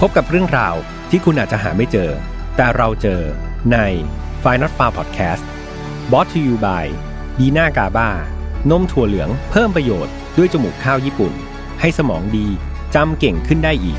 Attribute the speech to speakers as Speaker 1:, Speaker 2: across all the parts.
Speaker 1: พบกับเรื่องราวที่คุณอาจจะหาไม่เจอแต่เราเจอใน File Not Found Podcast Brought to you by Dina Gaba นมถั่วเหลืองเพิ่มประโยชน์ด้วยจมูกข้าวญี่ปุ่นให้สมองดีจำเก่งขึ้นได้อีก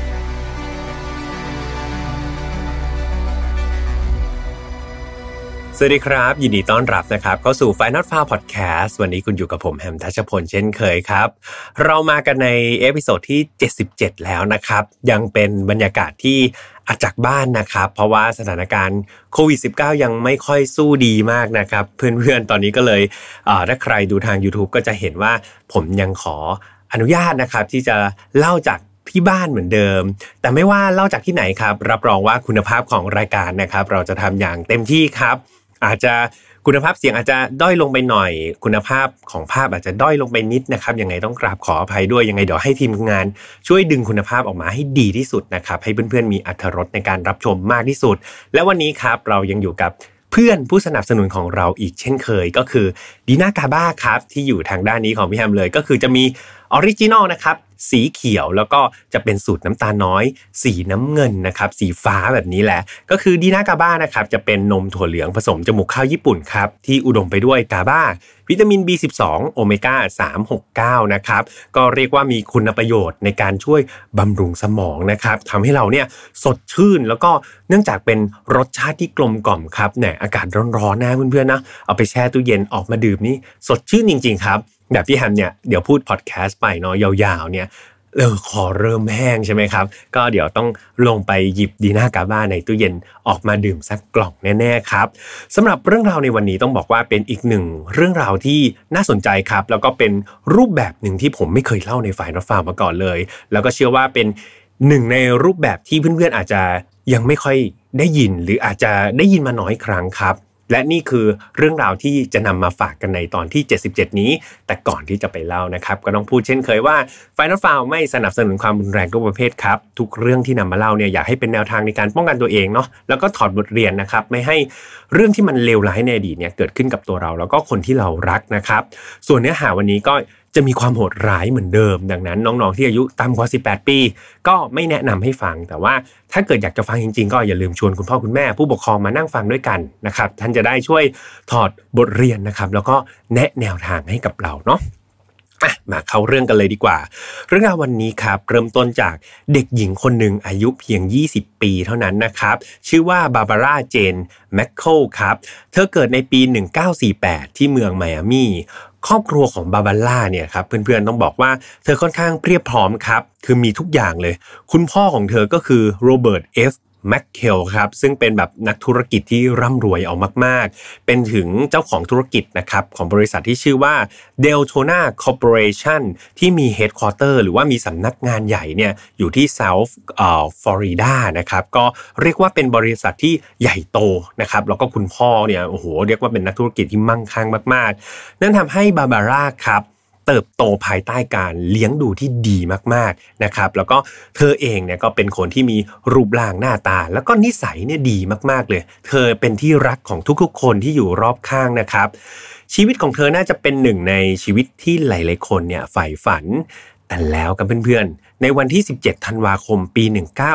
Speaker 1: สวัสดีครับยินดีต้อนรับนะครับเข้าสู่ File Not Found Podcast วันนี้คุณอยู่กับผมแฮมทัชพลเช่นเคยครับเรามากันในเอพิโซดที่77แล้วนะครับยังเป็นบรรยากาศที่อัดจากบ้านนะครับเพราะว่าสถานการณ์โควิด -19 ยังไม่ค่อยสู้ดีมากนะครับเพื่อนๆตอนนี้ก็เลยถ้าใครดูทาง YouTube ก็จะเห็นว่าผมยังขออนุญาตนะครับที่จะเล่าจากที่บ้านเหมือนเดิมแต่ไม่ว่าเล่าจากที่ไหนครับรับรองว่าคุณภาพของรายการนะครับเราจะทำอย่างเต็มที่ครับอาจจะคุณภาพเสียงอาจจะด้อยลงไปหน่อยคุณภาพของภาพอาจจะด้อยลงไปนิดนะครับยังไงต้องกราบขออภัยด้วยยังไงเดี๋ยวให้ทีมงานช่วยดึงคุณภาพออกมาให้ดีที่สุดนะครับให้เพื่อนๆมีอรรถรสในการรับชมมากที่สุดและวันนี้ครับเรายังอยู่กับเพื่อนผู้สนับสนุนของเราอีกเช่นเคยก็คือดีน่ากาบ้าครับที่อยู่ทางด้านนี้ของพี่แฮมเลยก็คือจะมีออริจินอลนะครับสีเขียวแล้วก็จะเป็นสูตรน้ำตาลน้อยสีน้ำเงินนะครับสีฟ้าแบบนี้แหละก็คือดีน่ากาบ้านะครับจะเป็นนมถั่วเหลืองผสมจมูกข้าวญี่ปุ่นครับที่อุดมไปด้วยกาบ้าวิตามิน B12 โอเมก้า369นะครับก็เรียกว่ามีคุณประโยชน์ในการช่วยบำรุงสมองนะครับทำให้เราเนี่ยสดชื่นแล้วก็เนื่องจากเป็นรสชาติที่กลมกล่อมครับเนี่ยอากาศร้อนๆนะเพื่อนๆนะเอาไปแช่ตู้เย็นออกมาดื่มนี่สดชื่นจริงๆครับแบบพี่แฮมเนี่ยเดี๋ยวพูดพอดแคสต์ไปเนาะยาวๆเนี่ยคอเริ่มแห้งใช่ไหมครับก็เดี๋ยวต้องลงไปหยิบดีน่ากาบ้าในตู้เย็นออกมาดื่มสักกล่องแน่ๆครับสำหรับเรื่องราวในวันนี้ต้องบอกว่าเป็นอีกหนึ่งเรื่องราวที่น่าสนใจครับแล้วก็เป็นรูปแบบหนึ่งที่ผมไม่เคยเล่าในFile Not Foundมาก่อนเลยแล้วก็เชื่อว่าเป็นหนึ่งในรูปแบบที่เพื่อนๆอาจจะยังไม่ค่อยได้ยินหรืออาจจะได้ยินมาน้อยครั้งครับและนี่คือเรื่องราวที่จะนำมาฝากกันในตอนที่77นี้แต่ก่อนที่จะไปเล่านะครับก็ต้องพูดเช่นเคยว่า File Not Found ไม่สนับสนุนความรุนแรงทุกประเภทครับทุกเรื่องที่นำมาเล่าเนี่ยอยากให้เป็นแนวทางในการป้องกันตัวเองเนาะแล้วก็ถอดบทเรียนนะครับไม่ให้เรื่องที่มันเลวร้ายในอดีตเนี่ยเกิดขึ้นกับตัวเราแล้วก็คนที่เรารักนะครับส่วนเนื้อหาวันนี้ก็จะมีความโหดร้ายเหมือนเดิมดังนั้นน้องๆที่อายุต่ำกว่า18ปีก็ไม่แนะนำให้ฟังแต่ว่าถ้าเกิดอยากจะฟังจริงๆก็อย่าลืมชวนคุณพ่อคุณแม่ผู้ปกครองมานั่งฟังด้วยกันนะครับท่านจะได้ช่วยถอดบทเรียนนะครับแล้วก็แนะแนวทางให้กับเราเนาะมาเข้าเรื่องกันเลยดีกว่าเรื่องราววันนี้ครับเริ่มต้นจากเด็กหญิงคนหนึ่งอายุเพียง20ปีเท่านั้นนะครับชื่อว่าบาบาร่าเจนแมคโคลครับเธอเกิดในปี1948ที่เมืองไมอามี่ครอบครัวของบาบาร่าเนี่ยครับเพื่อนๆต้องบอกว่าเธอค่อนข้างเพียบพร้อมครับคือมีทุกอย่างเลยคุณพ่อของเธอก็คือโรเบิร์ตเอฟแมคเคลครับซึ่งเป็นแบบนักธุรกิจที่ร่ำรวยเอามากๆเป็นถึงเจ้าของธุรกิจนะครับของบริษัทที่ชื่อว่า Deltona Corporation ที่มีเฮดควอเตอร์หรือว่ามีสำนักงานใหญ่เนี่ยอยู่ที่ South Florida นะครับก็เรียกว่าเป็นบริษัทที่ใหญ่โตนะครับแล้วก็คุณพ่อเนี่ยโอ้โหเรียกว่าเป็นนักธุรกิจที่มั่งคั่งมากๆนั่นทำให้บาบาร่าครับเติบโตภายใต้การเลี้ยงดูที่ดีมากๆนะครับแล้วก็เธอเองเนี่ยก็เป็นคนที่มีรูปร่างหน้าตาแล้วก็นิสัยเนี่ยดีมากๆเลยเธอเป็นที่รักของทุกๆคนที่อยู่รอบข้างนะครับชีวิตของเธอน่าจะเป็นหนึ่งในชีวิตที่หลายๆคนเนี่ยใฝ่ฝันแต่แล้วกับเพื่อนๆในวันที่17ธันวาคมปี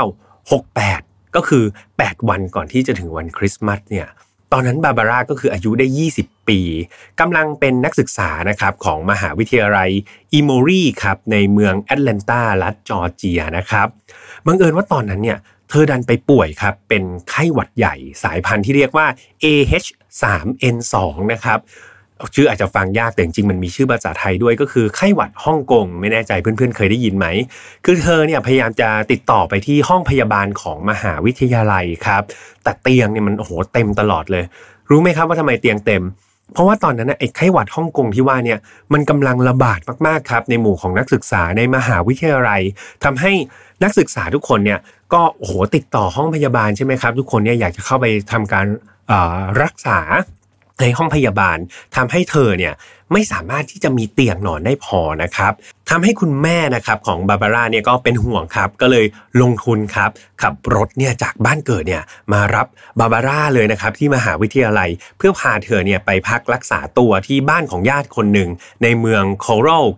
Speaker 1: 1968ก็คือ8วันก่อนที่จะถึงวันคริสต์มาสเนี่ยตอนนั้นบาบาร่าก็คืออายุได้20ปีกำลังเป็นนักศึกษานะครับของมหาวิทยาลัยอีโมรีครับในเมืองแอตแลนตารัฐจอร์เจียนะครับบังเอิญว่าตอนนั้นเนี่ยเธอดันไปป่วยครับเป็นไข้หวัดใหญ่สายพันธุ์ที่เรียกว่า AH3N2 นะครับชื่ออาจจะฟังยากแต่จริงๆมันมีชื่อภาษาไทยด้วยก็คือไข้หวัดฮ่องกงไม่แน่ใจเพื่อนๆเคยได้ยินไหมคือเธอเนี่ยพยายามจะติดต่อไปที่ห้องพยาบาลของมหาวิทยาลัยครับแต่เตียงเนี่ยมันโอ้โหเต็มตลอดเลยรู้ไหมครับว่าทำไมเตียงเต็มเพราะว่าตอนนั้นไอ้ไข้หวัดฮ่องกงที่ว่าเนี่ยมันกำลังระบาดมากๆครับในหมู่ของนักศึกษาในมหาวิทยาลัยทำให้นักศึกษาทุกคนเนี่ยก็โอ้โหติดต่อห้องพยาบาลใช่ไหมครับทุกคนเนี่ยอยากจะเข้าไปทำการรักษาในห้องพยาบาลทำให้เธอเนี่ยไม่สามารถที่จะมีเตียงนอนได้พอนะครับทำให้คุณแม่นะครับของบาบาร่าเนี่ยก็เป็นห่วงครับก็เลยลงทุนครับขับรถเนี่ยจากบ้านเกิดเนี่ยมารับบาบาร่าเลยนะครับที่มหาวิทยาลัยเพื่อพาเธอเนี่ยไปพักรักษาตัวที่บ้านของญาติคนหนึ่งในเมืองโคโรล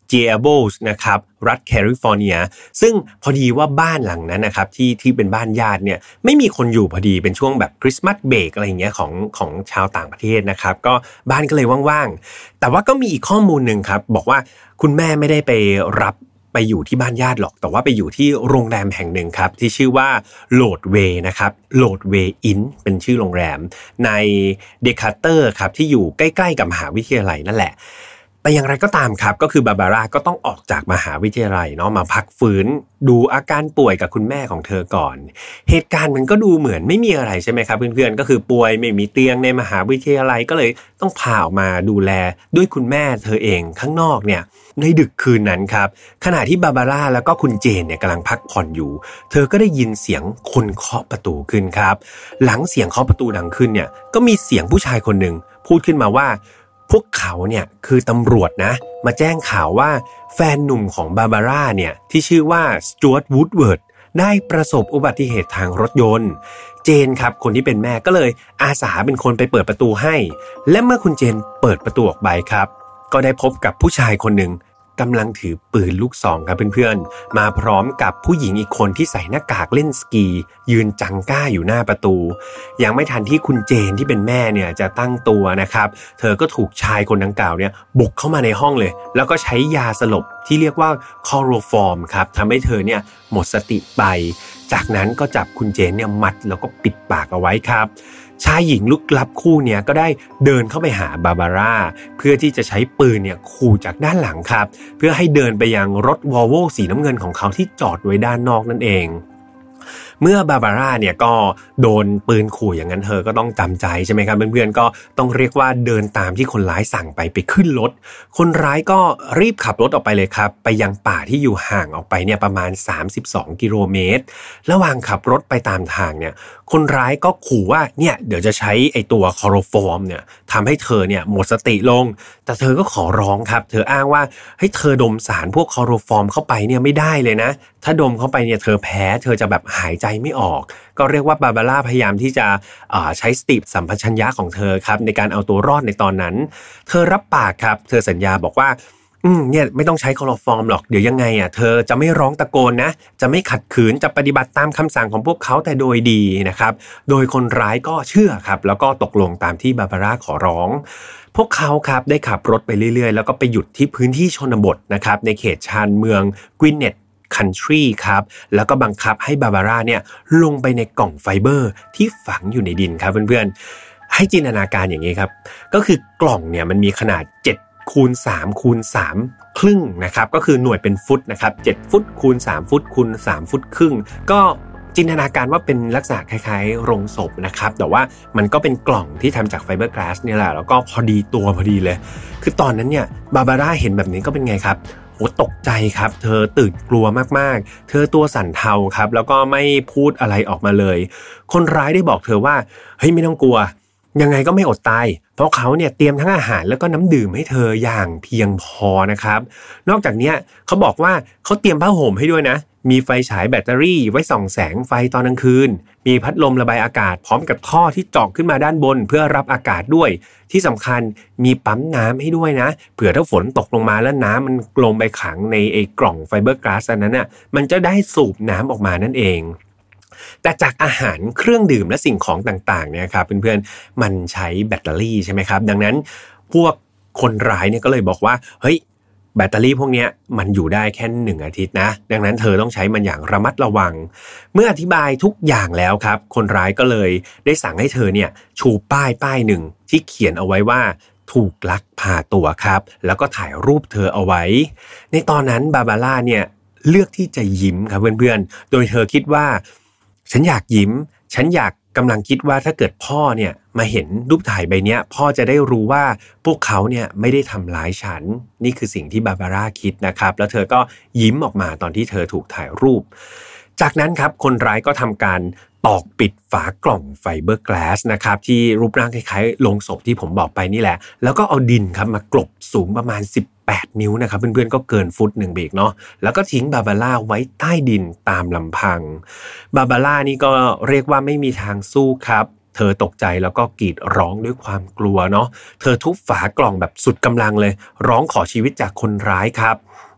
Speaker 1: Gables นะครับรัฐแคลิฟอร์เนียซึ่งพอดีว่าบ้านหลังนั้นนะครับที่เป็นบ้านญาติเนี่ยไม่มีคนอยู่พอดีเป็นช่วงแบบคริสต์มาสเบรกอะไรอย่างเงี้ยของชาวต่างประเทศนะครับก็บ้านก็เลยว่างๆแต่ว่าก็มีอีกข้อมูลนึงครับบอกว่าคุณแม่ไม่ได้ไปรับไปอยู่ที่บ้านญาติหรอกแต่ว่าไปอยู่ที่โรงแรมแห่งหนึ่งครับที่ชื่อว่าโหลดเวย์นะครับโหลดเวย์อินเป็นชื่อโรงแรมในเดคาเตอร์ครับที่อยู่ใกล้ๆกับมหาวิทยาลัยนั่นแหละแต่อย่างไรก็ตามครับก็คือบาบาร่าก็ต้องออกจากมหาวิทยาลัยเนาะมาพักฟื้นดูอาการป่วยกับคุณแม่ของเธอก่อนเหตุการณ์มันก็ดูเหมือนไม่มีอะไรใช่ไหมครับเพื่อนๆก็คือป่วยไม่มีเตียงในมหาวิทยาลัยก็เลยต้องพาออกมาดูแลด้วยคุณแม่เธอเองข้างนอกเนี่ยในดึกคืนนั้นครับขณะที่บาบาร่าแล้วก็คุณเจนเนี่ยกำลังพักผ่อนอยู่เธอก็ได้ยินเสียงคนเคาะประตูขึ้นครับหลังเสียงเคาะประตูดังขึ้นเนี่ยก็มีเสียงผู้ชายคนหนึ่งพูดขึ้นมาว่าพวกเขาเนี่ยคือตำรวจนะมาแจ้งข่าวว่าแฟนหนุ่มของบาบาร่าเนี่ยที่ชื่อว่าสจ๊วตวูดเวิร์ดได้ประสบอุบัติเหตุทางรถยนต์เจนครับคนที่เป็นแม่ก็เลยอาสาเป็นคนไปเปิดประตูให้และเมื่อคุณเจนเปิดประตูออกไปครับก็ได้พบกับผู้ชายคนหนึ่งกำลังถือปืนลูกซองครับเพื่อนๆมาพร้อมกับผู้หญิงอีกคนที่ใส่หน้ากากเล่นสกียืนจังก้าอยู่หน้าประตูยังไม่ทันที่คุณเจนที่เป็นแม่เนี่ยจะตั้งตัวนะครับเธอก็ถูกชายคนดังกล่าวเนี่ยบุกเข้ามาในห้องเลยแล้วก็ใช้ยาสลบที่เรียกว่าคลอโรฟอร์มครับทำให้เธอเนี่ยหมดสติไปจากนั้นก็จับคุณเจนเนี่ยมัดแล้วก็ปิดปากเอาไว้ครับชายหญิงลึกลับคู่เนี่ยก็ได้เดินเข้าไปหาบาบาร่าเพื่อที่จะใช้ปืนเนี่ยขู่จากด้านหลังครับเพื่อให้เดินไปยังรถวอลโว่สีน้ำเงินของเขาที่จอดไว้ด้านนอกนั่นเองเมื่อบาบาร่าเนี่ยก็โดนปืนขู่อย่างนั้นเธอก็ต้องจำใจใช่ไหมครับเพื่อนๆก็ต้องเรียกว่าเดินตามที่คนร้ายสั่งไปขึ้นรถคนร้ายก็รีบขับรถออกไปเลยครับไปยังป่าที่อยู่ห่างออกไปเนี่ยประมาณ32กิโลเมตรระหว่างขับรถไปตามทางเนี่ยคนร้ายก็ขู่ว่าเนี่ยเดี๋ยวจะใช้ไอ้ตัวคลอโรฟอร์มเนี่ยทำให้เธอเนี่ยหมดสติลงแต่เธอก็ขอร้องครับเธออ้างว่าให้เธอดมสารพวกคลอโรฟอร์มเข้าไปเนี่ยไม่ได้เลยนะถ้าดมเข้าไปเนี่ยเธอแพ้เธอจะแบบหายใจไม่ออกก็เรียกว่าบาบาร่าพยายามที่จะใช้สติสัมปชัญญะของเธอครับในการเอาตัวรอดในตอนนั้นเธอรับปากครับเธอสัญญาบอกว่าเนี่ยไม่ต้องใช้คลอโรฟอร์มหรอกเดี๋ยวยังไงเธอจะไม่ร้องตะโกนนะจะไม่ขัดขืนจะปฏิบัติตามคำสั่งของพวกเขาแต่โดยดีนะครับโดยคนร้ายก็เชื่อครับแล้วก็ตกลงตามที่บาบาร่าขอร้องพวกเขาครับได้ขับรถไปเรื่อยๆแล้วก็ไปหยุดที่พื้นที่ชนบทนะครับในเขตชานเมืองกวินเนตคันทรีครับแล้วก็บังคับให้บาบาร่าเนี่ยลงไปในกล่องไฟเบอร์ที่ฝังอยู่ในดินครับเพื่อนๆให้จินตนาการอย่างนี้ครับก็คือกล่องเนี่ยมันมีขนาด7คูณ3คูณ3ครึ่งนะครับก็คือหน่วยเป็นฟุตนะครับ7ฟุตคูณ3ฟุตคูณ3ฟุตครึ่งก็จินตนาการว่าเป็นลักษณะคล้ายๆโรงศพนะครับแต่ว่ามันก็เป็นกล่องที่ทำจากไฟเบอร์กลาสเนี่ยแหละแล้วก็พอดีตัวพอดีเลยคือตอนนั้นเนี่ยบาบาร่าเห็นแบบนี้ก็เป็นไงครับตกใจครับเธอตื่นกลัวมากๆเธอตัวสั่นเทาครับแล้วก็ไม่พูดอะไรออกมาเลยคนร้ายได้บอกเธอว่าเฮ้ยไม่ต้องกลัวยังไงก็ไม่อดตายเพราะเขาเนี่ยเตรียมทั้งอาหารแล้วก็น้ำดื่มให้เธออย่างเพียงพอนะครับนอกจากนี้เขาบอกว่าเขาเตรียมผ้าห่มให้ด้วยนะมีไฟฉายแบตเตอรี่ไว้ส่องแสงไฟตอนกลางคืนมีพัดลมระบายอากาศพร้อมกับท่อที่เจาะขึ้นมาด้านบนเพื่อรับอากาศด้วยที่สำคัญมีปั๊มน้ำให้ด้วยนะเผื่อถ้าฝนตกลงมาแล้วน้ำมันลงไปขังในไอ้กล่องไฟเบอร์กลาสนั้นน่ะมันจะได้สูบน้ำออกมานั่นเองแต่จากอาหารเครื่องดื่มและสิ่งของต่างๆเนี่ยครับเพื่อนๆมันใช้แบตเตอรี่ใช่ไหมครับดังนั้นพวกคนร้ายเนี่ยก็เลยบอกว่าเฮ้ยแบตเตอรี่พวกนี้มันอยู่ได้แค่1อาทิตย์นะดังนั้นเธอต้องใช้มันอย่างระมัดระวังเมื่ออธิบายทุกอย่างแล้วครับคนร้ายก็เลยได้สั่งให้เธอเนี่ยชูป้ายหนึ่งที่เขียนเอาไว้ว่าถูกลักพาตัวครับแล้วก็ถ่ายรูปเธอเอาไว้ในตอนนั้นบาบาร่าเนี่ยเลือกที่จะยิ้มครับเพื่อนๆโดยเธอคิดว่าฉันอยากยิ้มฉันอยากกำลังคิดว่าถ้าเกิดพ่อเนี่ยมาเห็นรูปถ่ายใบนี้พ่อจะได้รู้ว่าพวกเขาเนี่ยไม่ได้ทำร้ายฉันนี่คือสิ่งที่บาบาร่าคิดนะครับแล้วเธอก็ยิ้มออกมาตอนที่เธอถูกถ่ายรูปจากนั้นครับคนร้ายก็ทำการตอกปิดฝากล่องไฟเบอร์กลาสนะครับที่รูปร่างคล้ายๆโลงศพที่ผมบอกไปนี่แหละแล้วก็เอาดินครับมากลบสูงประมาณ18นิ้วนะครับเพื่อนๆก็เกินฟุต1เบรกเนาะแล้วก็ทิ้งบาบาร่าไว้ใต้ดินตามลำพังบาบาร่านี่ก็เรียกว่าไม่มีทางสู้ครับเธอตกใจแล้วก็กรีดร้องด้วยความกลัวเนาะเธอทุบฝากล่องแบบสุดกำลังเลยร้องขอชีวิตจากคนร้ายครับ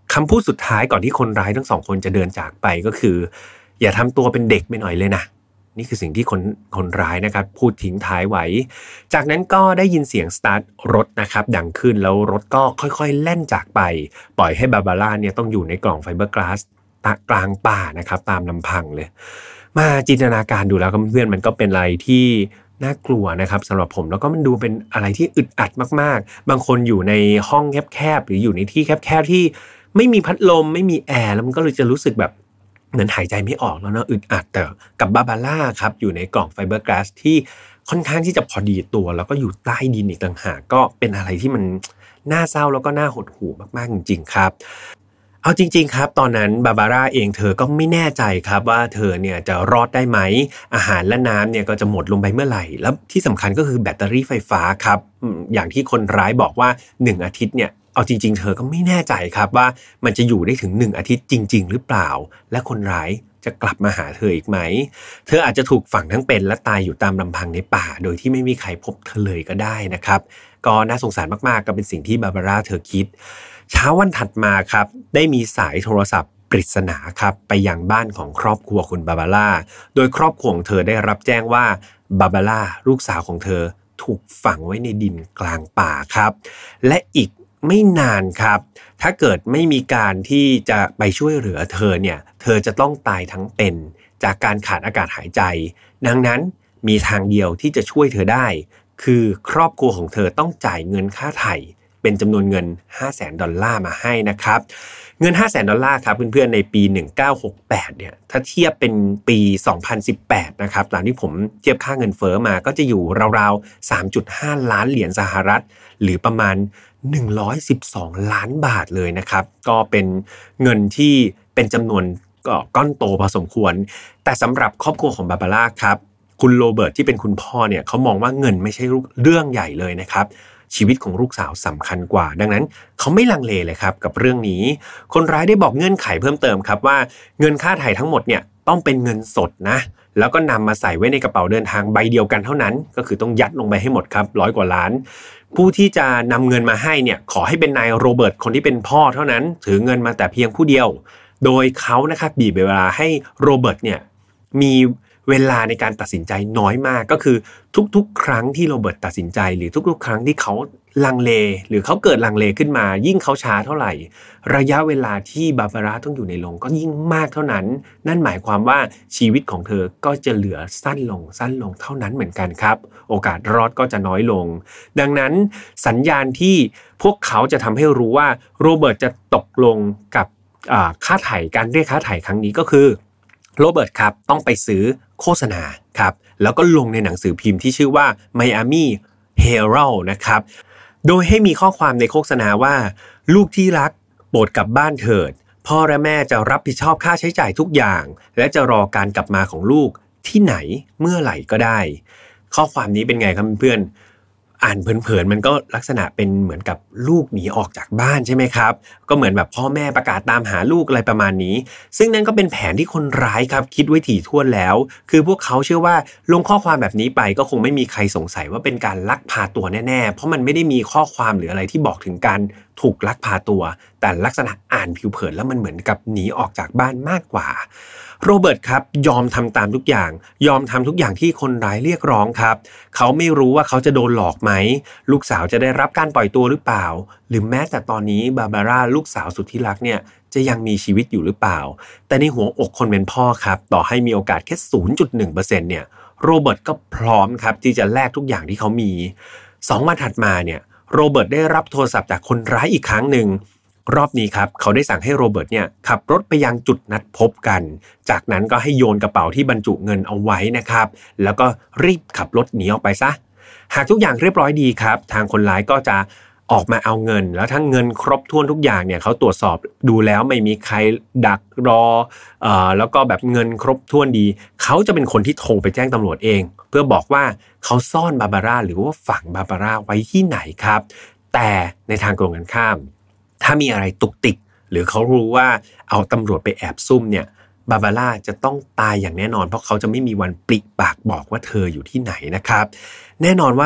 Speaker 1: คำพูดสุดท้ายก่อนที่คนร้ายทั้งสองคนจะเดินจากไปก็คืออย่าทำตัวเป็นเด็กไปหน่อยเลยนะนี่คือสิ่งที่คนร้ายนะครับพูดทิ้งท้ายไว้จากนั้นก็ได้ยินเสียงสตาร์ทรถนะครับดังขึ้นแล้วรถก็ค่อยๆแล่นจากไปปล่อยให้บาบาร่าเนี่ยต้องอยู่ในกล่องไฟเบอร์กลาสกลางป่านะครับตามลำพังเลยมาจินตนาการดูแล้วเพื่อนมันก็เป็นอะไรที่น่ากลัวนะครับสำหรับผมแล้วก็มันดูเป็นอะไรที่อึดอัดมากๆบางคนอยู่ในห้องแคบๆหรืออยู่ในที่แคบๆที่ไม่มีพัดลมไม่มีแอร์แล้วมันก็เลยจะรู้สึกแบบเหมือนหายใจไม่ออกแล้วเนาะอึดอัดแต่กับบาบาร่าครับอยู่ในกล่องไฟเบอร์กลาสที่ค่อนข้างที่จะพอดีตัวแล้วก็อยู่ใต้ดินอีกต่างหากก็เป็นอะไรที่มันน่าเศร้าแล้วก็น่าหดหู่มากๆจริงๆครับเอาจริงๆครับตอนนั้นบาบาร่าเองเธอก็ไม่แน่ใจครับว่าเธอเนี่ยจะรอดได้ไหมอาหารและน้ำเนี่ยก็จะหมดลงไปเมื่อไหร่แล้วที่สำคัญก็คือแบตเตอรี่ไฟฟ้าครับอย่างที่คนร้ายบอกว่า1อาทิตย์เนี่ยเอาจริงๆเธอก็ไม่แน่ใจครับว่ามันจะอยู่ได้ถึง1อาทิตย์จริงๆหรือเปล่าและคนร้ายจะกลับมาหาเธออีกไหมเธออาจจะถูกฝังทั้งเป็นและตายอยู่ตามลำพังในป่าโดยที่ไม่มีใครพบเธอเลยก็ได้นะครับก็น่าสงสารมากๆก็เป็นสิ่งที่บาบาร่าเธอคิดเช้าวันถัดมาครับได้มีสายโทรศัพท์ปริศนาครับไปยังบ้านของครอบครัวคุณบาบาร่าโดยครอบครัวของเธอได้รับแจ้งว่าบาบาร่าลูกสาวของเธอถูกฝังไว้ในดินกลางป่าครับและอีกไม่นานครับถ้าเกิดไม่มีการที่จะไปช่วยเหลือเธอเนี่ยเธอจะต้องตายทั้งเป็นจากการขาดอากาศหายใจดังนั้นมีทางเดียวที่จะช่วยเธอได้คือครอบครัวของเธอต้องจ่ายเงินค่าไถ่เป็นจำนวนเงิน $500,000 มาให้นะครับเงิน $500,000 ครับเพื่อนๆในปี1968เนี่ยถ้าเทียบเป็นปี2018นะครับตามที่ผมเทียบค่าเงินเฟ้อมาก็จะอยู่ราวๆ 3.5 ล้านเหรียญสหรัฐหรือประมาณ112 ล้านบาทเลยนะครับก็เป็นเงินที่เป็นจำนวนก็ก้อนโตพอสมควรแต่สำหรับครอบครัวของบาบาร่าครับคุณโรเบิร์ตที่เป็นคุณพ่อเนี่ยเขามองว่าเงินไม่ใช่เรื่องใหญ่เลยนะครับชีวิตของลูกสาวสำคัญกว่าดังนั้นเขาไม่ลังเลเลยครับกับเรื่องนี้คนร้ายได้บอกเงื่อนไขเพิ่มเติมครับว่าเงินค่าไถ่ทั้งหมดเนี่ยต้องเป็นเงินสดนะแล้วก็นำมาใส่ไว้ในกระเป๋าเดินทางใบเดียวกันเท่านั้นก็คือต้องยัดลงไปให้หมดครับ100 กว่าล้านผู้ที่จะนำเงินมาให้เนี่ยขอให้เป็นนายโรเบิร์ตคนที่เป็นพ่อเท่านั้นถือเงินมาแต่เพียงผู้เดียวโดยเขานะครับบีบเวลาให้โรเบิร์ตเนี่ยมีเวลาในการตัดสินใจน้อยมากก็คือทุกๆครั้งที่โรเบิร์ตตัดสินใจหรือทุกๆครั้งที่เขาลังเลหรือเขาเกิดลังเลขึ้นมายิ่งเขาช้าเท่าไหร่ระยะเวลาที่บาบาร่าต้องอยู่ในโรงก็ยิ่งมากเท่านั้นนั่นหมายความว่าชีวิตของเธอก็จะเหลือสั้นลงเท่านั้นเหมือนกันครับโอกาสรอดก็จะน้อยลงดังนั้นสัญญาณที่พวกเขาจะทำให้รู้ว่าโรเบิร์ตจะตกลงกับค่าไถ่การเรียกค่าไถ่ครั้งนี้ก็คือโรเบิร์ตครับต้องไปซื้อโฆษณาครับแล้วก็ลงในหนังสือพิมพ์ที่ชื่อว่า Miami Herald นะครับโดยให้มีข้อความในโฆษณาว่าลูกที่รักโปรดกลับบ้านเถิดพ่อและแม่จะรับผิดชอบค่าใช้จ่ายทุกอย่างและจะรอการกลับมาของลูกที่ไหนเมื่อไหร่ก็ได้ข้อความนี้เป็นไงครับเพื่อนอ่านเผินๆมันก็ลักษณะเป็นเหมือนกับลูกหนีออกจากบ้านใช่ไหมครับก็เหมือนแบบพ่อแม่ประกาศตามหาลูกอะไรประมาณนี้ซึ่งนั่นก็เป็นแผนที่คนร้ายครับคิดไว้ถี่ถ้วนแล้วคือพวกเขาเชื่อว่าลงข้อความแบบนี้ไปก็คงไม่มีใครสงสัยว่าเป็นการลักพาตัวแน่ๆเพราะมันไม่ได้มีข้อความหรืออะไรที่บอกถึงการถูกลักพาตัวแต่ลักษณะอ่านผิวเผินแล้วมันเหมือนกับหนีออกจากบ้านมากกว่าโรเบิร์ตครับยอมทำตามทุกอย่างยอมทำทุกอย่างที่คนร้ายเรียกร้องครับเขาไม่รู้ว่าเขาจะโดนหลอกไหมลูกสาวจะได้รับการปล่อยตัวหรือเปล่าหรือแม้แต่ตอนนี้บาบาร่าลูกสาวสุดที่รักเนี่ยจะยังมีชีวิตอยู่หรือเปล่าแต่ในหัวอกคนเป็นพ่อครับต่อให้มีโอกาสแค่ 0.1% เนี่ยโรเบิร์ตก็พร้อมครับที่จะแลกทุกอย่างที่เขามี2 วันถัดมาเนี่ยโรเบิร์ตได้รับโทรศัพท์จากคนร้ายอีกครั้งหนึ่งรอบนี้ครับเขาได้สั่งให้โรเบิร์ตเนี่ยขับรถไปยังจุดนัดพบกันจากนั้นก็ให้โยนกระเป๋าที่บรรจุเงินเอาไว้นะครับแล้วก็รีบขับรถหนีออกไปซะหากทุกอย่างเรียบร้อยดีครับทางคนร้ายก็จะออกมาเอาเงินแล้วทั้งเงินครบถ้วนทุกอย่างเนี่ยเขาตรวจสอบดูแล้วไม่มีใครดักรอแล้วก็แบบเงินครบถ้วนดีเขาจะเป็นคนที่โทรไปแจ้งตำรวจเองเพื่อบอกว่าเขาซ่อนบาบาร่าหรือว่าฝังบาบาร่าไว้ที่ไหนครับแต่ในทางตรงกันข้ามถ้ามีอะไรตุกติกหรือเขารู้ว่าเอาตำรวจไปแอบซุ่มเนี่ยบาบาร่าจะต้องตายอย่างแน่นอนเพราะเขาจะไม่มีวันปริปากบอกว่าเธออยู่ที่ไหนนะครับแน่นอนว่า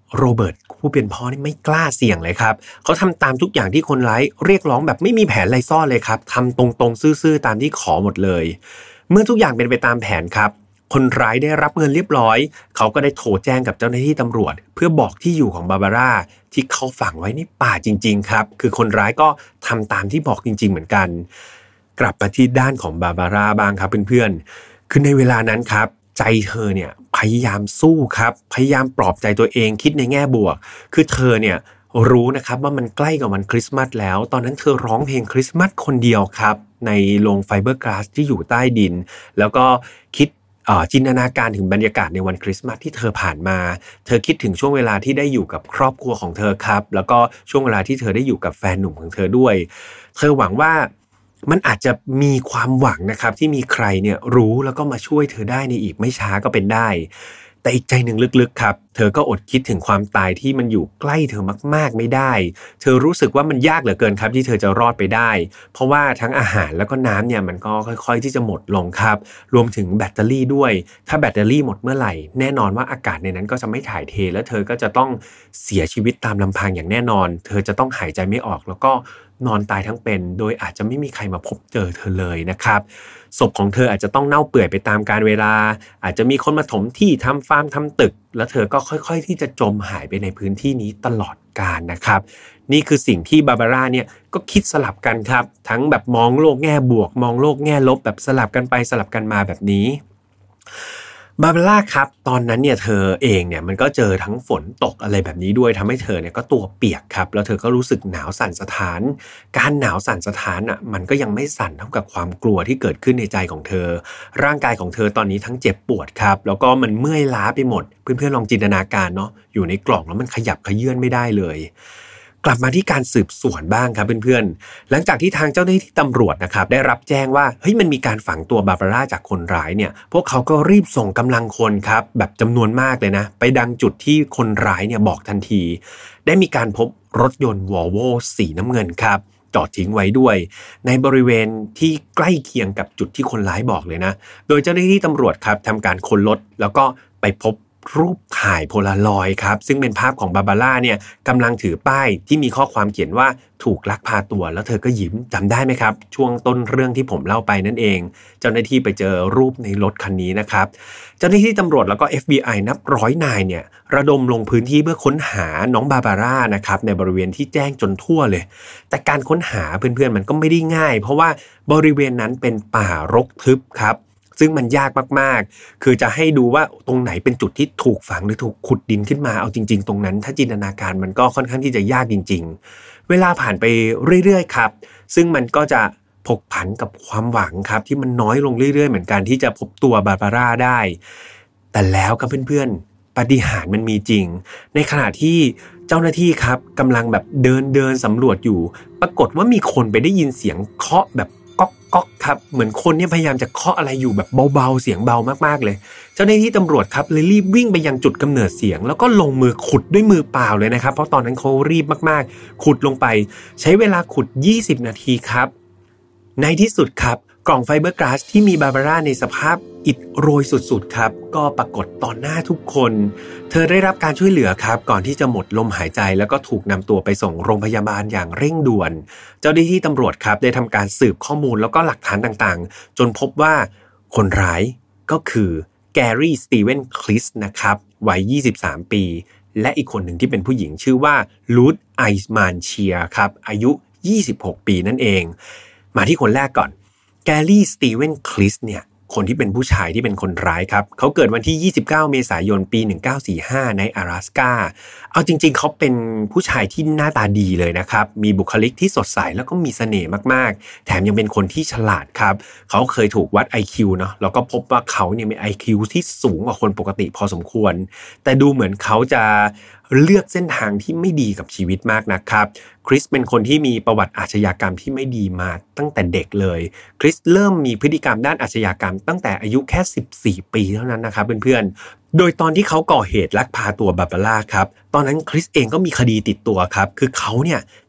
Speaker 1: โรเบิร์ตผู้เป็นพ่อนี่ไม่กล้าเสี่ยงเลยครับเขาทำตามทุกอย่างที่คนร้ายเรียกร้องแบบไม่มีแผนอะไรซ่อนเลยครับทำตรงๆซื่อๆตามที่ขอหมดเลยเมื่อทุกอย่างเป็นไปตามแผนครับคนร้ายได้รับเงินเรียบร้อยเขาก็ได้โทรแจ้งกับเจ้าหน้าที่ตำรวจเพื่อบอกที่อยู่ของบาบาร่าที่เขาฝังไว้ในป่าจริงๆครับคือคนร้ายก็ทำตามที่บอกจริงๆเหมือนกันกลับมาที่ด้านของบาบาร่าบ้างครับเพื่อนๆคือในเวลานั้นครับใจเธอเนี่ยพยายามสู้ครับพยายามปลอบใจตัวเองคิดในแง่บวกคือเธอเนี่ยรู้นะครับว่ามันใกล้กับวันคริสต์มาสแล้วตอนนั้นเธอร้องเพลงคริสต์มาสคนเดียวครับในโรงไฟเบอร์กลาสที่อยู่ใต้ดินแล้วก็คิดจินตนาการถึงบรรยากาศในวันคริสต์มาสที่เธอผ่านมาเธอคิดถึงช่วงเวลาที่ได้อยู่กับครอบครัวของเธอครับแล้วก็ช่วงเวลาที่เธอได้อยู่กับแฟนหนุ่มของเธอด้วยเธอหวังว่ามันอาจจะมีความหวังนะครับที่มีใครเนี่ยรู้แล้วก็มาช่วยเธอได้ในอีกไม่ช้าก็เป็นได้แต่อีกใจหนึ่งลึกๆครับเธอก็อดคิดถึงความตายที่มันอยู่ใกล้เธอมากๆไม่ได้เธอรู้สึกว่ามันยากเหลือเกินครับที่เธอจะรอดไปได้เพราะว่าทั้งอาหารแล้วก็น้ำเนี่ยมันก็ค่อยๆที่จะหมดลงครับรวมถึงแบตเตอรี่ด้วยถ้าแบตเตอรี่หมดเมื่อไหร่แน่นอนว่าอากาศในนั้นก็จะไม่ถ่ายเทและเธอก็จะต้องเสียชีวิตตามลำพังอย่างแน่นอนเธอจะต้องหายใจไม่ออกแล้วก็นอนตายทั้งเป็นโดยอาจจะไม่มีใครมาพบเจอเธอเลยนะครับศพของเธออาจจะต้องเน่าเปื่อยไปตามกาลเวลาอาจจะมีคนมาถมที่ทำฟาร์มทำตึกแล้วเธอก็ค่อยๆที่จะจมหายไปในพื้นที่นี้ตลอดกาลนะครับนี่คือสิ่งที่บาบาร่าเนี่ยก็คิดสลับกันครับทั้งแบบมองโลกแง่บวกมองโลกแง่ลบแบบสลับกันไปสลับกันมาแบบนี้บาบาร่าครับตอนนั้นเนี่ยเธอเองเนี่ยมันก็เจอทั้งฝนตกอะไรแบบนี้ด้วยทำให้เธอเนี่ยก็ตัวเปียกครับแล้วเธอก็รู้สึกหนาวสั่นสะท้านการหนาวสั่นสะท้านอ่ะมันก็ยังไม่สั่นเท่ากับความกลัวที่เกิดขึ้นในใจของเธอร่างกายของเธอตอนนี้ทั้งเจ็บปวดครับแล้วก็มันเมื่อยล้าไปหมดเพื่อนๆลองจินตนาการเนาะอยู่ในกล่องแล้วมันขยับเขยื้อนไม่ได้เลยกลับมาที่การสืบสวนบ้างครับเพื่อนๆหลังจากที่ทางเจ้าหน้าที่ตำรวจนะครับได้รับแจ้งว่าเฮ้ยมันมีการฝังตัวบาบาร่าจากคนร้ายเนี่ยพวกเขาก็รีบส่งกำลังคนครับแบบจำนวนมากเลยนะไปดังจุดที่คนร้ายเนี่ยบอกทันทีได้มีการพบรถยนต์วอลโว่สีน้ำเงินครับจอดทิ้งไว้ด้วยในบริเวณที่ใกล้เคียงกับจุดที่คนร้ายบอกเลยนะโดยเจ้าหน้าที่ตำรวจครับทำการค้นรถแล้วก็ไปพบรูปถ่ายโพลารอยด์ครับซึ่งเป็นภาพของบาบาร่าเนี่ยกำลังถือป้ายที่มีข้อความเขียนว่าถูกลักพาตัวแล้วเธอก็ยิ้มจำได้ไหมครับช่วงต้นเรื่องที่ผมเล่าไปนั่นเองเจ้าหน้าที่ไปเจอรูปในรถคันนี้นะครับเจ้าหน้าที่ตำรวจแล้วก็ FBI นับร้อยนายเนี่ยระดมลงพื้นที่เพื่อค้นหาน้องบาบาร่านะครับในบริเวณที่แจ้งจนทั่วเลยแต่การค้นหาเพื่อนๆมันก็ไม่ได้ง่ายเพราะว่าบริเวณนั้นเป็นป่ารกทึบครับซึ่งมันยากมากๆคือจะให้ดูว่าตรงไหนเป็นจุดที่ถูกฝังหรือถูกขุดดินขึ้นมาเอาจริงๆตรงนั้นถ้าจินตนาการมันก็ค่อนข้างที่จะยากจริงๆเวลาผ่านไปเรื่อยๆครับซึ่งมันก็จะผกผันกับความหวังครับที่มันน้อยลงเรื่อยๆเหมือนกันที่จะพบตัวบาบาร่าได้แต่แล้วครับเพื่อนๆปาฏิหาริย์มันมีจริงในขณะที่เจ้าหน้าที่ครับกำลังแบบเดินสำรวจอยู่ปรากฏว่ามีคนไปได้ยินเสียงเคาะแบบก๊อกครับเหมือนคนเนี่ยพยายามจะเคาะอะไรอยู่แบบเบาๆเสียงเบามากๆเลยเจ้าหน้าที่ตำรวจครับเลยรีบวิ่งไปยังจุดกำเนิดเสียงแล้วก็ลงมือขุดด้วยมือเปล่าเลยนะครับเพราะตอนนั้นเขารีบมากๆขุดลงไปใช้เวลาขุด20นาทีครับในที่สุดครับกล่องไฟเบอร์กลาสที่มีบาบาร่าในสภาพอิดโรยสุดๆครับก็ปรากฏต่อหน้าทุกคนเธอได้รับการช่วยเหลือครับก่อนที่จะหมดลมหายใจแล้วก็ถูกนำตัวไปส่งโรงพยาบาลอย่างเร่งด่วนเจ้าหน้าที่ตำรวจครับได้ทำการสืบข้อมูลแล้วก็หลักฐานต่างๆจนพบว่าคนร้ายก็คือแกรี่สตีเวนคลิสนะครับวัย23ปีและอีกคนหนึ่งที่เป็นผู้หญิงชื่อว่าลูดไอส์มานเชียครับอายุ26ปีนั่นเองมาที่คนแรกก่อนแกรี่สตีเวนคลิสเนี่ยคนที่เป็นผู้ชายที่เป็นคนร้ายครับเขาเกิดวันที่29เมษายนปี1945ใน阿拉斯ก้าเอาจริงๆเขาเป็นผู้ชายที่หน้าตาดีเลยนะครับมีบุคลิกที่สดใสแล้วก็มีเสน่ห์มากๆแถมยังเป็นคนที่ฉลาดครับเขาเคยถูกวัด IQ เนาะแล้วก็พบว่าเขาเนี่ยมี IQ ที่สูงกว่าคนปกติพอสมควรแต่ดูเหมือนเขาจะเลือกเส้นทางที่ไม่ดีกับชีวิตมากนะครับคริสเป็นคนที่มีประวัติอาชญากรรมที่ไม่ดีมาตั้งแต่เด็กเลยคริสเริ่มมีพฤติกรรมด้านอาชญากรรมตั้งแต่อายุแค่14ปีเท่านั้นนะครับเพื่อนๆโดยตอนที่เขาก่อเหตุลักพาตัวบาบาร่าครับตอนนั้นคริสเองก็มีคดีติดตัวครับคือเขาเนี่ย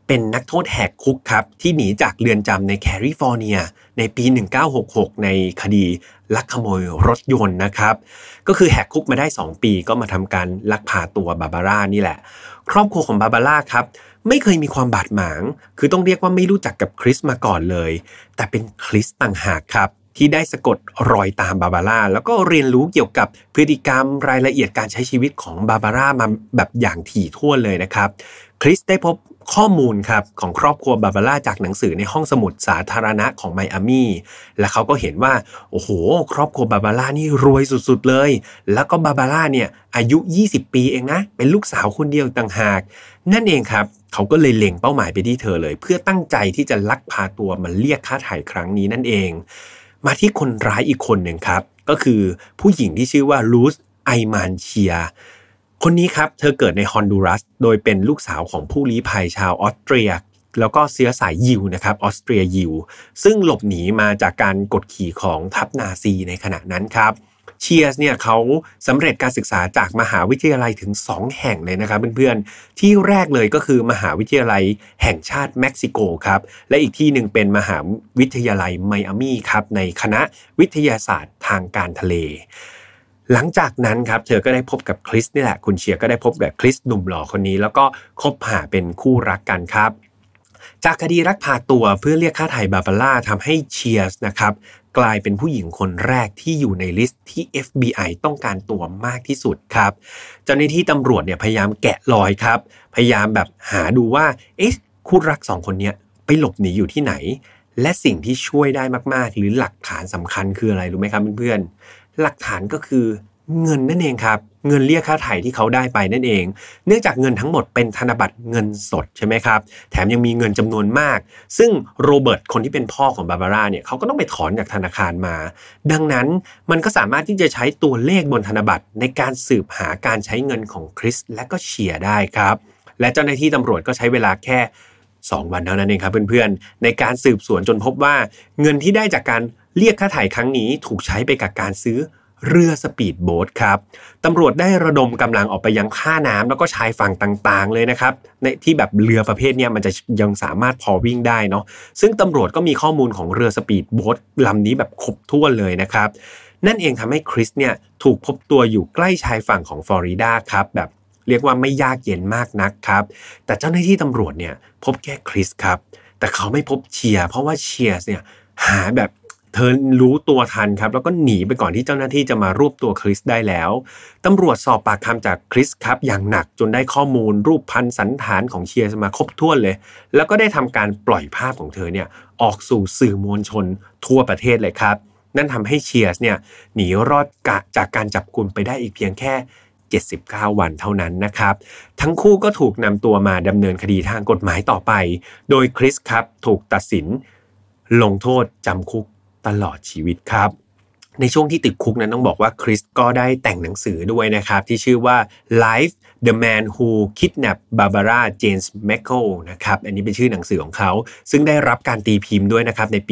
Speaker 1: เป็นนักโทษแหกคุกครับที่หนีจากเรือนจำในแคลิฟอร์เนียในปี1966ในคดีลักขโมยรถยนต์นะครับก็คือแหกคุกมาได้2ปีก็มาทำการลักพาตัวบาบาร่านี่แหละครอบครัวของบาบาร่าครับไม่เคยมีความบาดหมางคือต้องเรียกว่าไม่รู้จักกับคริสมาก่อนเลยแต่เป็นคริสต่างหากครับที่ได้สะกดรอยตามบาบาร่าแล้วก็เรียนรู้เกี่ยวกับพฤติกรรมรายละเอียดการใช้ชีวิตของบาบาร่ามาแบบอย่างถี่ถ้วนเลยนะครับคริสได้พบข้อมูลครับของครอบครัวบาบาร่าจากหนังสือในห้องสมุดสาธารณะของไมอามี่และเขาก็เห็นว่าโอ้โหครอบครัวบาบาร่านี่รวยสุดๆเลยแล้วก็บาบาร่าเนี่ยอายุ20ปีเองนะเป็นลูกสาวคนเดียวต่างหากนั่นเองครับเขาก็เลยเล็งเป้าหมายไปที่เธอเลยเพื่อตั้งใจที่จะลักพาตัวมาเรียกค่าไถ่ครั้งนี้นั่นเองมาที่คนร้ายอีกคนหนึ่งครับก็คือผู้หญิงที่ชื่อว่าลูสไอมานเชียคนนี้ครับเธอเกิดในฮอนดูรัสโดยเป็นลูกสาวของผู้ลี้ภัยชาวออสเตรียแล้วก็เชื้อสายยิวนะครับออสเตรียยิวซึ่งหลบหนีมาจากการกดขี่ของทัพนาซีในขณะนั้นครับเชียร์เนี่ยเขาสำเร็จการศึกษาจากมหาวิทยาลัยถึง2แห่งเลยนะครับเพื่อนๆที่แรกเลยก็คือมหาวิทยาลัยแห่งชาติเม็กซิโกครับและอีกที่หนึ่งเป็นมหาวิทยาลัยไมอามี่ครับในคณะวิทยาศาสตร์ทางการทะเลหลังจากนั้นครับเธอก็ได้พบกับคริสนี่แหละคุณเชียร์ก็ได้พบกับคริสหนุ่มหล่อคนนี้แล้วก็คบหาเป็นคู่รักกันครับจากคดีลักพาตัวเพื่อเรียกค่าไถ่บาบาร่าทำให้เชียร์นะครับกลายเป็นผู้หญิงคนแรกที่อยู่ในลิสต์ที่ FBI ต้องการตัวมากที่สุดครับเจ้าหน้าที่ตำรวจเนี่ยพยายามแกะรอยครับพยายามแบบหาดูว่าคู่รัก2คนนี้ไปหลบหนีอยู่ที่ไหนและสิ่งที่ช่วยได้มากๆหรือหลักฐานสำคัญคืออะไรรู้ไหมครับเพื่อนๆหลักฐานก็คือเงินนั่นเองครับเงินเรียกค่าไถ่ที่เขาได้ไปนั่นเองเนื่องจากเงินทั้งหมดเป็นธนบัตรเงินสดใช่ไหมครับแถมยังมีเงินจำนวนมากซึ่งโรเบิร์ตคนที่เป็นพ่อของบาบาร่าเนี่ยเขาก็ต้องไปถอนจากธนาคารมาดังนั้นมันก็สามารถที่จะใช้ตัวเลขบนธนบัตรในการสืบหาการใช้เงินของคริสและก็เชียร์ได้ครับและเจ้าหน้าที่ตำรวจก็ใช้เวลาแค่2 วันเท่านั้นเองครับเพื่อนๆในการสืบสวนจนพบว่าเงินที่ได้จากการเรียกค่าไถ่ครั้งนี้ถูกใช้ไปกับการซื้อเรือสปีดโบ๊ทครับตำรวจได้ระดมกำลังออกไปยังท่าน้ำแล้วก็ชายฝั่งต่างๆเลยนะครับในที่แบบเรือประเภทนี้มันจะยังสามารถพอวิ่งได้เนาะซึ่งตำรวจก็มีข้อมูลของเรือสปีดโบ๊ทลำนี้แบบครบถ้วนเลยนะครับนั่นเองทำให้คริสเนี่ยถูกพบตัวอยู่ใกล้ชายฝั่งของฟลอริดาครับแบบเรียกว่าไม่ยากเย็นมากนักครับแต่เจ้าหน้าที่ตำรวจเนี่ยพบแค่คริสครับแต่เขาไม่พบเชียร์เพราะว่าเชียร์เนี่ยหาแบบเธอรู้ตัวทันครับแล้วก็หนีไปก่อนที่เจ้าหน้าที่จะมารวบตัวคริสได้แล้วตำรวจสอบปากคำจากคริสครับอย่างหนักจนได้ข้อมูลรูปพรรณสันฐานของเชียร์มาครบถ้วนเลยแล้วก็ได้ทำการปล่อยภาพของเธอเนี่ยออกสู่สื่อมวลชนทั่วประเทศเลยครับนั่นทำให้เชียร์เนี่ยหนีรอดจากการจับกุมไปได้อีกเพียงแค่79 วันเท่านั้นนะครับทั้งคู่ก็ถูกนำตัวมาดำเนินคดีทางกฎหมายต่อไปโดยคริสครับถูกตัดสินลงโทษจำคุกตลอดชีวิตครับในช่วงที่ติดคุกนั้นต้องบอกว่าคริสก็ได้แต่งหนังสือด้วยนะครับที่ชื่อว่า Life the Man Who Kidnapped Barbara Jane Michael นะครับอันนี้เป็นชื่อหนังสือของเขาซึ่งได้รับการตีพิมพ์ด้วยนะครับในปี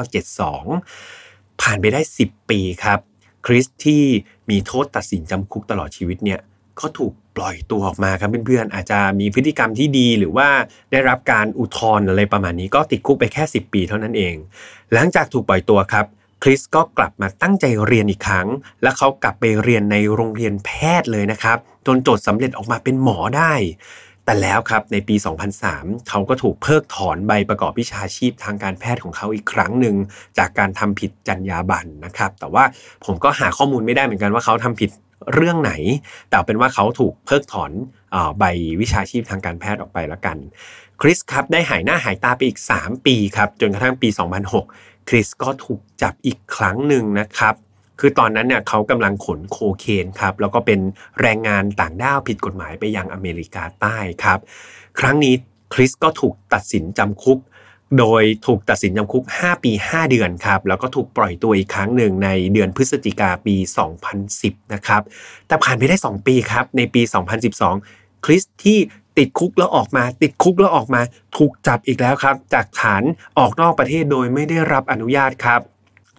Speaker 1: 1972ผ่านไปได้10 ปีครับคริสที่มีโทษตัดสินจำคุกตลอดชีวิตเนี่ยก็ถูกปล่อยตัวออกมาครับเพื่อนๆอาจจะมีพฤติกรรมที่ดีหรือว่าได้รับการอุทธรณ์อะไรประมาณนี้ก็ติดคุกไปแค่10 ปีเท่านั้นเองหลังจากถูกปล่อยตัวครับคริสก็กลับมาตั้งใจเรียนอีกครั้งและเขากลับไปเรียนในโรงเรียนแพทย์เลยนะครับจนจบสำเร็จออกมาเป็นหมอได้แต่แล้วครับในปี2003เขาก็ถูกเพิกถอนใบประกอบวิชาชีพทางการแพทย์ของเขาอีกครั้งหนึ่งจากการทำผิดจรรยาบรรณนะครับแต่ว่าผมก็หาข้อมูลไม่ได้เหมือนกันว่าเขาทำผิดเรื่องไหนแต่เป็นว่าเขาถูกเพิกถอนใบวิชาชีพทางการแพทย์ออกไปแล้วกันคริสครับได้หายหน้าหายตาไปอีก3 ปีครับจนกระทั่งปี2006คริสก็ถูกจับอีกครั้งหนึ่งนะครับคือตอนนั้นเนี่ยเขากำลังขนโคเคนครับแล้วก็เป็นแรงงานต่างด้าวผิดกฎหมายไปยังอเมริกาใต้ครับครั้งนี้คริสก็ถูกตัดสินจำคุกโดยถูกตัดสินจำคุก5 ปี 5 เดือนครับแล้วก็ถูกปล่อยตัวอีกครั้งหนึ่งในเดือนพฤศจิกายนปี2010นะครับแต่ผ่านไปได้2 ปีครับในปี2012คริสที่ติดคุกแล้วออกมาถูกจับอีกแล้วครับจากฐานออกนอกประเทศโดยไม่ได้รับอนุญาตครับ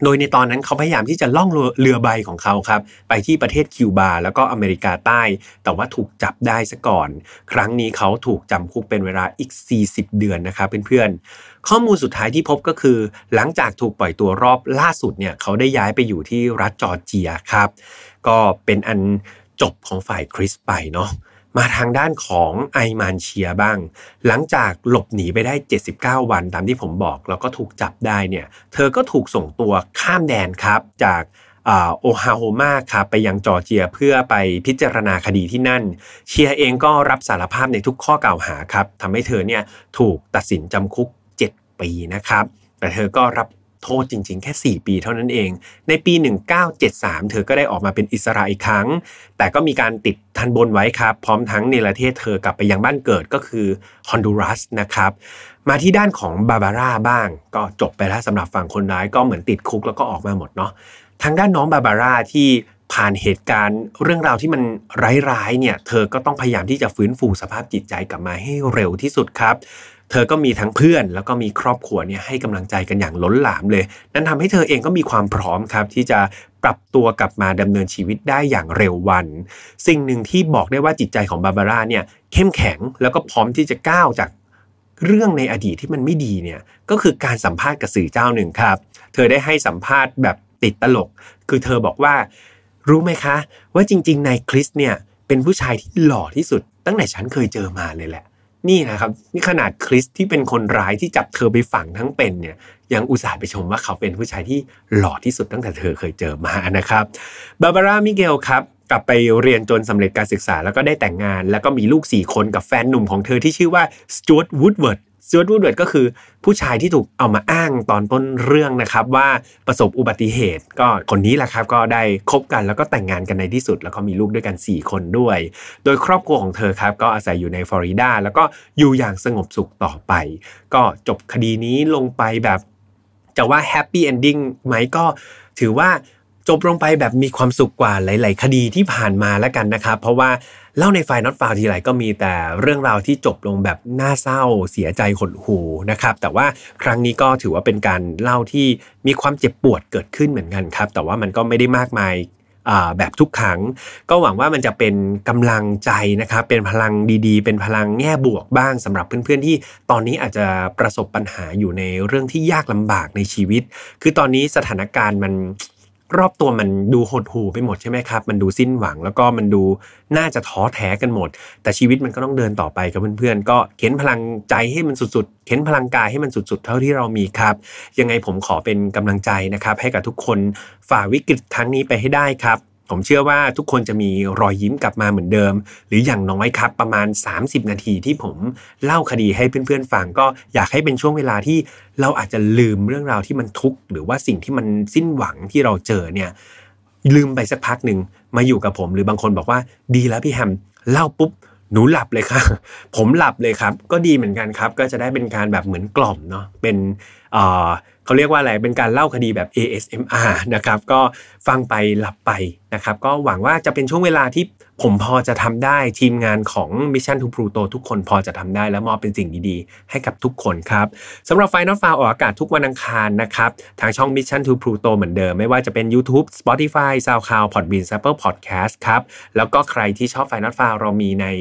Speaker 1: โดยในตอนนั้นเขาพยายามที่จะล่องเรือใบของเขาครับไปที่ประเทศคิวบาแล้วก็อเมริกาใต้แต่ว่าถูกจับได้ซะก่อนครั้งนี้เขาถูกจำคุกเป็นเวลาอีก40เดือนนะครับเพื่อนๆข้อมูลสุดท้ายที่พบก็คือหลังจากถูกปล่อยตัวรอบล่าสุดเนี่ยเขาได้ย้ายไปอยู่ที่รัฐจอร์เจียครับก็เป็นอันจบของฝ่ายคริสไปเนาะมาทางด้านของไอมานเชียบ้างหลังจากหลบหนีไปได้79วันตามที่ผมบอกแล้วก็ถูกจับได้เนี่ยเธอก็ถูกส่งตัวข้ามแดนครับจากโอไฮโอมาครับไปยังจอร์เจียเพื่อไปพิจารณาคดีที่นั่นเชียเองก็รับสารภาพในทุกข้อกล่าวหาครับทำให้เธอเนี่ยถูกตัดสินจำคุก7ปีนะครับแต่เธอก็รับโทษจริงๆแค่4ปีเท่านั้นเองในปี1973เธอก็ได้ออกมาเป็นอิสระอีกครั้งแต่ก็มีการติดทันบนไว้ครับพร้อมทั้งเนรเทศเธอกลับไปยังบ้านเกิดก็คือฮอนดูรัสนะครับมาที่ด้านของบาบาร่าบ้างก็จบไปแล้วสำหรับฝั่งคนร้ายก็เหมือนติดคุกแล้วก็ออกมาหมดเนาะทางด้านน้องบาบาร่าที่ผ่านเหตุการณ์เรื่องราวที่มันร้ายๆเนี่ยเธอก็ต้องพยายามที่จะฟื้นฟูสภาพจิตใจกลับมาให้เร็วที่สุดครับเธอก็มีทั้งเพื่อนแล้วก็มีครอบครัวเนี่ยให้กำลังใจกันอย่างล้นหลามเลยนั่นทำให้เธอเองก็มีความพร้อมครับที่จะปรับตัวกลับมาดำเนินชีวิตได้อย่างเร็ววันสิ่งหนึ่งที่บอกได้ว่าจิตใจของบาบาร่าเนี่ยเข้มแข็งแล้วก็พร้อมที่จะก้าวจากเรื่องในอดีตที่มันไม่ดีเนี่ยก็คือการสัมภาษณ์กับสื่อเจ้าหนึ่งครับเธอได้ให้สัมภาษณ์แบบติดตลกคือเธอบอกว่ารู้ไหมคะว่าจริงๆนายคริสเนี่ยเป็นผู้ชายที่หล่อที่สุดตั้งแต่ฉันเคยเจอมาเลยแหละนี่นะครับนี่ขนาดคริสที่เป็นคนร้ายที่จับเธอไปฝังทั้งเป็นเนี่ยยังอุตส่าห์ไปชมว่าเขาเป็นผู้ชายที่หล่อที่สุดตั้งแต่เธอเคยเจอมานะครับบาบาร่ามิเกลครับกลับไปเรียนจนสำเร็จการศึกษาแล้วก็ได้แต่งงานแล้วก็มีลูก4คนกับแฟนหนุ่มของเธอที่ชื่อว่าสจ๊วตวูดเวิร์ดก็คือผู้ชายที่ถูกเอามาอ้างตอนต้นเรื่องนะครับว่าประสบอุบัติเหตุก็คนนี้แหละครับก็ได้คบกันแล้วก็แต่งงานกันในที่สุดแล้วก็มีลูกด้วยกัน4คนด้วยโดยครอบครัวของเธอครับก็อาศัยอยู่ในฟลอริดาแล้วก็อยู่อย่างสงบสุขต่อไปก็จบคดีนี้ลงไปแบบจะว่าแฮปปี้เอนดิ้งไหมก็ถือว่าจบลงไปแบบมีความสุขกว่าหลายๆคดีที่ผ่านมาแล้วกันนะครับเพราะว่าเล่าในไฟล์น็อตฟาวทีไรก็มีแต่เรื่องราวที่จบลงแบบน่าเศร้าเสียใจหดหู่นะครับแต่ว่าครั้งนี้ก็ถือว่าเป็นการเล่าที่มีความเจ็บปวดเกิดขึ้นเหมือนกันครับแต่ว่ามันก็ไม่ได้มากมายแบบทุกครั้งก็หวังว่ามันจะเป็นกำลังใจนะครับเป็นพลังดีๆเป็นพลังแง่บวกบ้างสำหรับเพื่อนๆที่ตอนนี้อาจจะประสบปัญหาอยู่ในเรื่องที่ยากลำบากในชีวิตคือตอนนี้สถานการณ์มันรอบตัวมันดูหดหู่ไปหมดใช่ไหมครับมันดูสิ้นหวังแล้วก็มันดูน่าจะท้อแท้กันหมดแต่ชีวิตมันก็ต้องเดินต่อไปกับเพื่อนๆก็เข็นพลังใจให้มันสุดๆเข็นพลังกายให้มันสุดๆเท่าที่เรามีครับยังไงผมขอเป็นกำลังใจนะครับให้กับทุกคนฝ่าวิกฤตครั้งนี้ไปให้ได้ครับผมเชื่อว่าทุกคนจะมีรอยยิ้มกลับมาเหมือนเดิมหรืออย่างน้อยครับประมาณ30นาทีที่ผมเล่าคดีให้เพื่อนๆฟังก็อยากให้เป็นช่วงเวลาที่เราอาจจะลืมเรื่องราวที่มันทุกข์หรือว่าสิ่งที่มันสิ้นหวังที่เราเจอเนี่ยลืมไปสักพักนึงมาอยู่กับผมหรือบางคนบอกว่าดีแล้วพี่แฮมเล่าปุ๊บหนูหลับเลยค่ะผมหลับเลยครับก็ดีเหมือนกันครับก็จะได้เป็นการแบบเหมือนกล่อมเนาะเป็นเขาเรียกว่าอะไรเป็นการเล่าคดีแบบ ASMR นะครับก็ฟังไปหลับไปนะครับก็หวังว่าจะเป็นช่วงเวลาที่ผมพอจะทำได้ทีมงานของ Mission to Pluto ทุกคนพอจะทำได้และมอบเป็นสิ่งดีๆให้กับทุกคนครับสำหรับ Final File ออกอากาศทุกวันอังคารนะครับทางช่อง Mission to Pluto เหมือนเดิมไม่ว่าจะเป็น YouTube Spotify SoundCloud Podbean Apple Podcast ครับแล้วก็ใครที่ชอบ Final File เรามีใน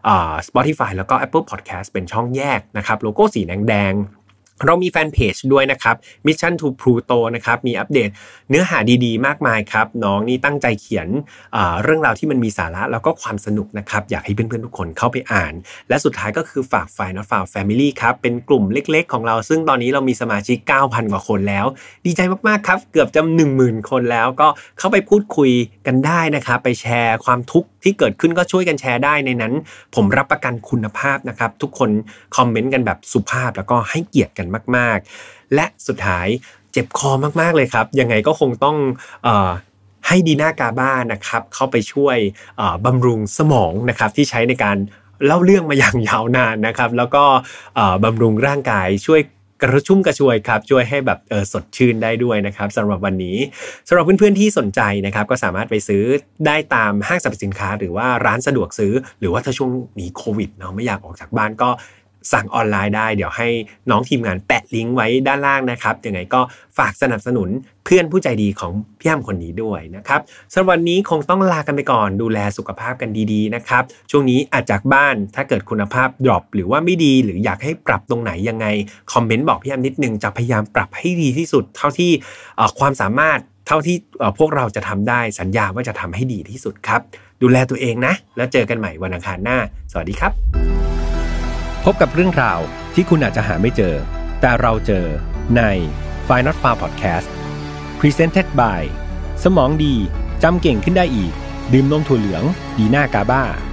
Speaker 1: Spotify แล้วก็ Apple Podcast เป็นช่องแยกนะครับโลโก้สีแดงเรามีแฟนเพจด้วยนะครับ Mission to Pluto นะครับมีอัปเดตเนื้อหาดีๆมากมายครับน้องนี่ตั้งใจเขียนเรื่องราวที่มันมีสาระแล้วก็ความสนุกนะครับอยากให้เพื่อนๆทุกคนเข้าไปอ่านและสุดท้ายก็คือฝาก Final File Family ครับเป็นกลุ่มเล็กๆของเราซึ่งตอนนี้เรามีสมาชิก 9,000 กว่าคนแล้วดีใจมากๆครับเกือบจะ 10,000 คนแล้วก็เข้าไปพูดคุยกันได้นะครับไปแชร์ความทุกข์ที่เกิดขึ้นก็ช่วยกันแชร์ได้ในนั้นผมรับประกันคุณภาพนะครับทุกคนคอมเมนต์กันแบบสุภาพแล้วก็ให้เกียรติกันมากๆและสุดท้ายเจ็บคอมากๆเลยครับยังไงก็คงต้องให้ดีน่ากาบ้านะครับเข้าไปช่วยบำรุงสมองนะครับที่ใช้ในการเล่าเรื่องมาอย่างยาวนานนะครับแล้วก็บำรุงร่างกายช่วยกระชุ่มกระชวยครับช่วยให้แบบสดชื่นได้ด้วยนะครับสำหรับวันนี้สำหรับเพื่อนๆที่สนใจนะครับก็สามารถไปซื้อได้ตามห้างสรรพสินค้าหรือว่าร้านสะดวกซื้อหรือว่าถ้าช่วงนี้โควิดเนาะไม่อยากออกจากบ้านก็สั่งออนไลน์ได้เดี๋ยวให้น้องทีมงานแปะลิงก์ไว้ด้านล่างนะครับยังไงก็ฝากสนับสนุนเพื่อนผู้ใจดีของพี่อ้ำคนนี้ด้วยนะครับสำหรับวันนี้คงต้องลากันไปก่อนดูแลสุขภาพกันดีๆนะครับช่วงนี้อาจจากบ้านถ้าเกิดคุณภาพดรอปหรือว่าไม่ดีหรืออยากให้ปรับตรงไหนยังไงคอมเมนต์บอกพี่อ้ำนิดนึงจะพยายามปรับให้ดีที่สุดเท่าที่ความสามารถเท่าที่พวกเราจะทำได้สัญญาว่าจะทำให้ดีที่สุดครับดูแลตัวเองนะแล้วเจอกันใหม่วันอังคารหน้าสวัสดีครับพบกับเรื่องราวที่คุณอาจจะหาไม่เจอแต่เราเจอใน File Not Found Podcast Presented by สมองดีจำเก่งขึ้นได้อีกดื่มนมถั่วเหลืองดีน่ากาบ้า